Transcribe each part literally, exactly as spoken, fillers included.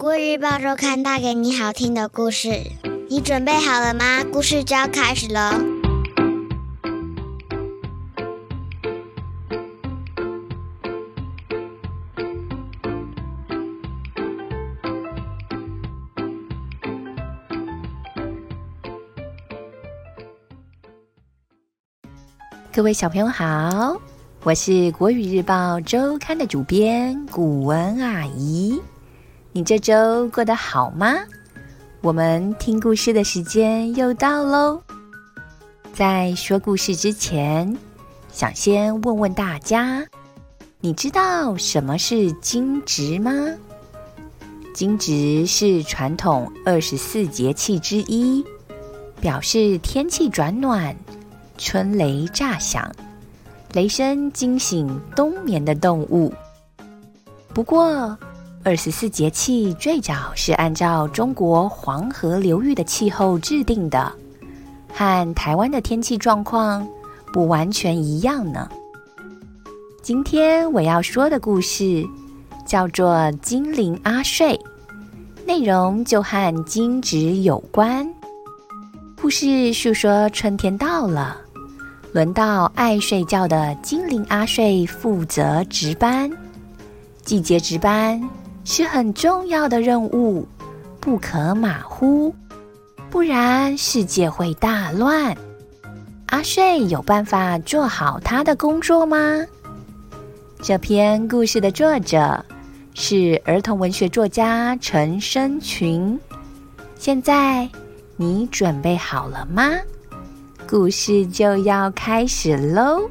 国语日报周刊带给你好听的故事，你准备好了吗？故事就要开始了。 各位小朋友好，我是国语日报周刊的主编古文阿姨。你这周过得好吗？我们听故事的时间又到喽。在说故事之前，想先问问大家，你知道什么是惊蛰吗？惊蛰是传统二十四节气之一，表示天气转暖，春雷炸响，雷声惊醒冬眠的动物。不过二十四节气最早是按照中国黄河流域的气候制定的，和台湾的天气状况不完全一样呢。今天我要说的故事叫做《精灵阿睡》，内容就和惊蛰有关。故事述说春天到了，轮到爱睡觉的精灵阿睡负责值班。季节值班是很重要的任务，不可马虎，不然世界会大乱。阿睡有办法做好他的工作吗？这篇故事的作者是儿童文学作家陈升群。现在你准备好了吗？故事就要开始喽。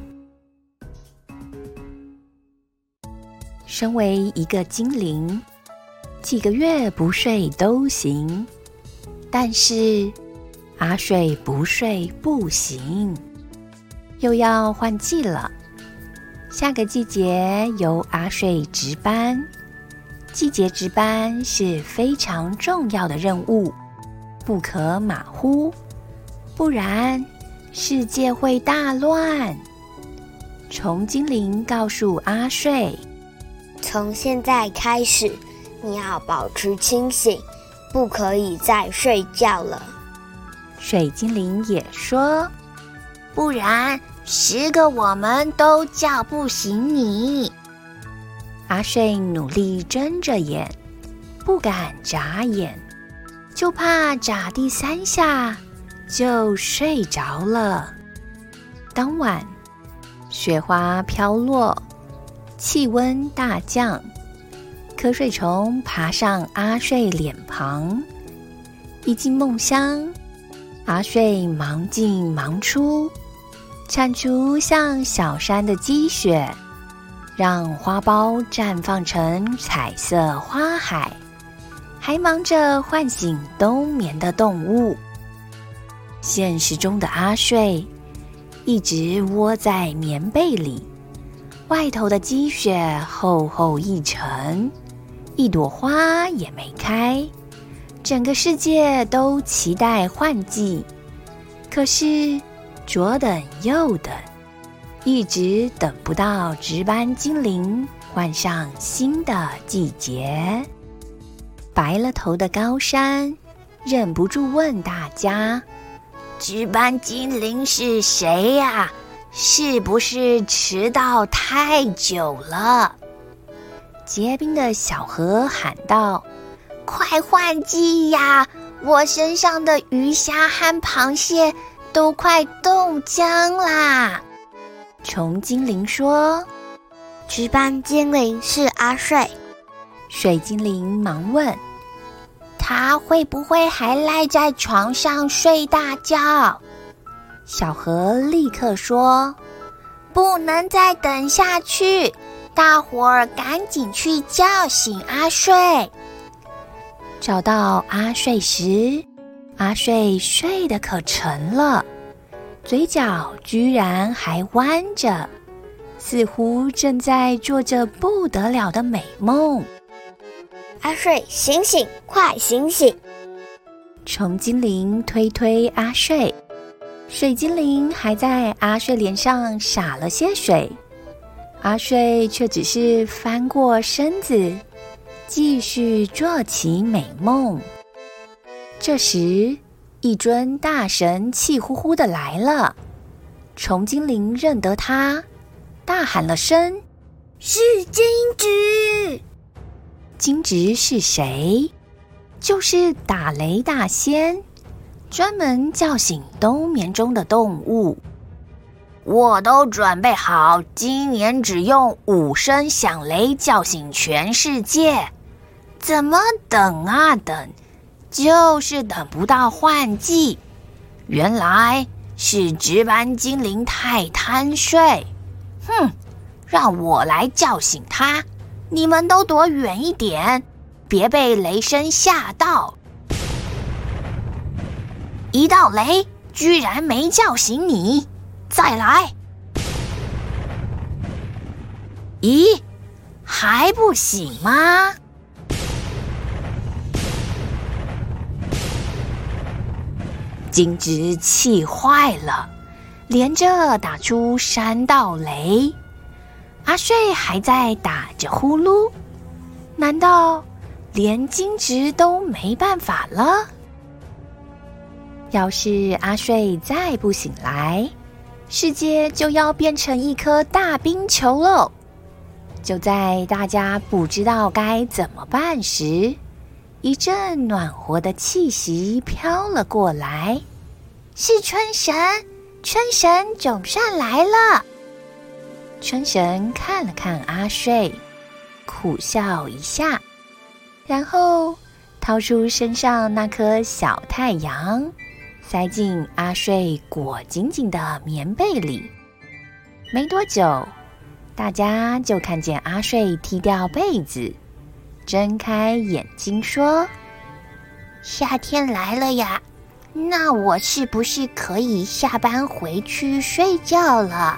身为一个精灵，几个月不睡都行，但是阿睡不睡不行。又要换季了，下个季节由阿睡值班。季节值班是非常重要的任务，不可马虎，不然世界会大乱。虫精灵告诉阿睡， 从现在开始，你要保持清醒，不可以再睡觉了。 水精灵也说， 不然十个我们都叫不醒你。 阿睡努力睁着眼，不敢眨眼，就怕眨第三下就睡着了。当晚，雪花飘落，气温大降，瞌睡虫爬上阿睡脸庞。一进梦乡，阿睡忙进忙出，铲除像小山的积雪，让花苞绽放成彩色花海，还忙着唤醒冬眠的动物。现实中的阿睡一直窝在棉被里，外头的积雪厚厚一层，一朵花也没开，整个世界都期待换季，可是左等右等，一直等不到值班精灵换上新的季节。白了头的高山忍不住问大家， 值班精灵是谁呀？是不是迟到太久了？ 结冰的小河喊道， 快换季呀！我身上的鱼虾和螃蟹都快冻僵啦。 虫精灵说， 值班精灵是阿睡。 水精灵忙问， 他会不会还赖在床上睡大觉？ 小河立刻说， 不能再等下去，大伙儿赶紧去叫醒阿睡。 找到阿睡时，阿睡睡得可沉了，嘴角居然还弯着，似乎正在做着不得了的美梦。 阿睡，醒醒，快醒醒！ 虫精灵推推阿睡，水精灵还在阿睡脸上洒了些水，阿睡却只是翻过身子， 继续做起美梦。这时，一尊大神气呼呼的来了。虫精灵认得他，大喊了声：“ 是金蛰！” 金蛰是谁？就是打雷大仙，专门叫醒冬眠中的动物。我都准备好，今年只用五声响雷叫醒全世界。怎么等啊等，就是等不到换季。原来是值班精灵太贪睡。哼，让我来叫醒他，你们都躲远一点，别被雷声吓到。一道雷居然没叫醒你，再来。咦，还不醒吗？金蛰气坏了，连着打出三道雷。阿睡还在打着呼噜，难道连金蛰都没办法了？要是阿睡再不醒来，世界就要变成一颗大冰球喽！就在大家不知道该怎么办时，一阵暖和的气息飘了过来。 是春神，春神总算来了。 春神看了看阿睡，苦笑一下，然后掏出身上那颗小太阳，塞进阿睡裹紧紧的棉被里。没多久，大家就看见阿睡踢掉被子，睁开眼睛说：“ 夏天来了呀，那我是不是可以下班回去睡觉了？”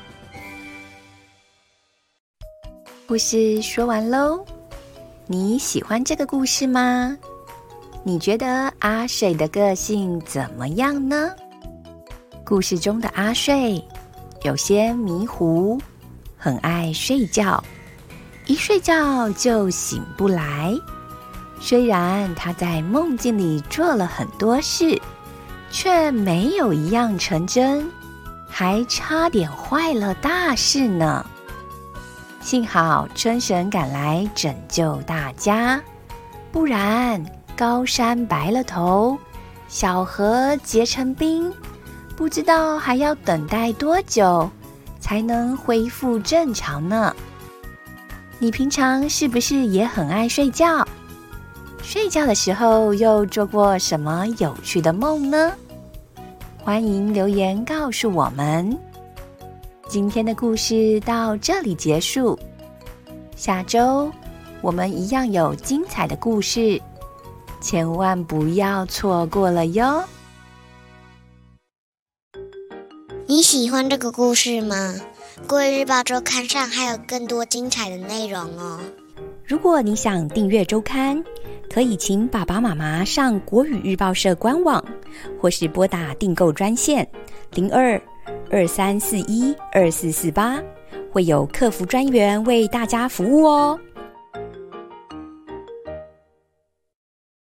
故事说完喽，你喜欢这个故事吗？你觉得阿睡的个性怎么样呢？故事中的阿睡有些迷糊，很爱睡觉，一睡觉就醒不来。虽然他在梦境里做了很多事，却没有一样成真，还差点坏了大事呢。幸好春神赶来拯救大家，不然高山白了头，小河结成冰，不知道还要等待多久才能恢复正常呢。你平常是不是也很爱睡觉？睡觉的时候又做过什么有趣的梦呢？欢迎留言告诉我们。今天的故事到这里结束，下周我们一样有精彩的故事，千万不要错过了哟。 你喜欢这个故事吗？国语日报周刊上还有更多精彩的内容哦。 如果你想订阅周刊，可以请爸爸妈妈上国语日报社官网，或是拨打订购专线零二二三四一二四四八，会有客服专员为大家服务哦。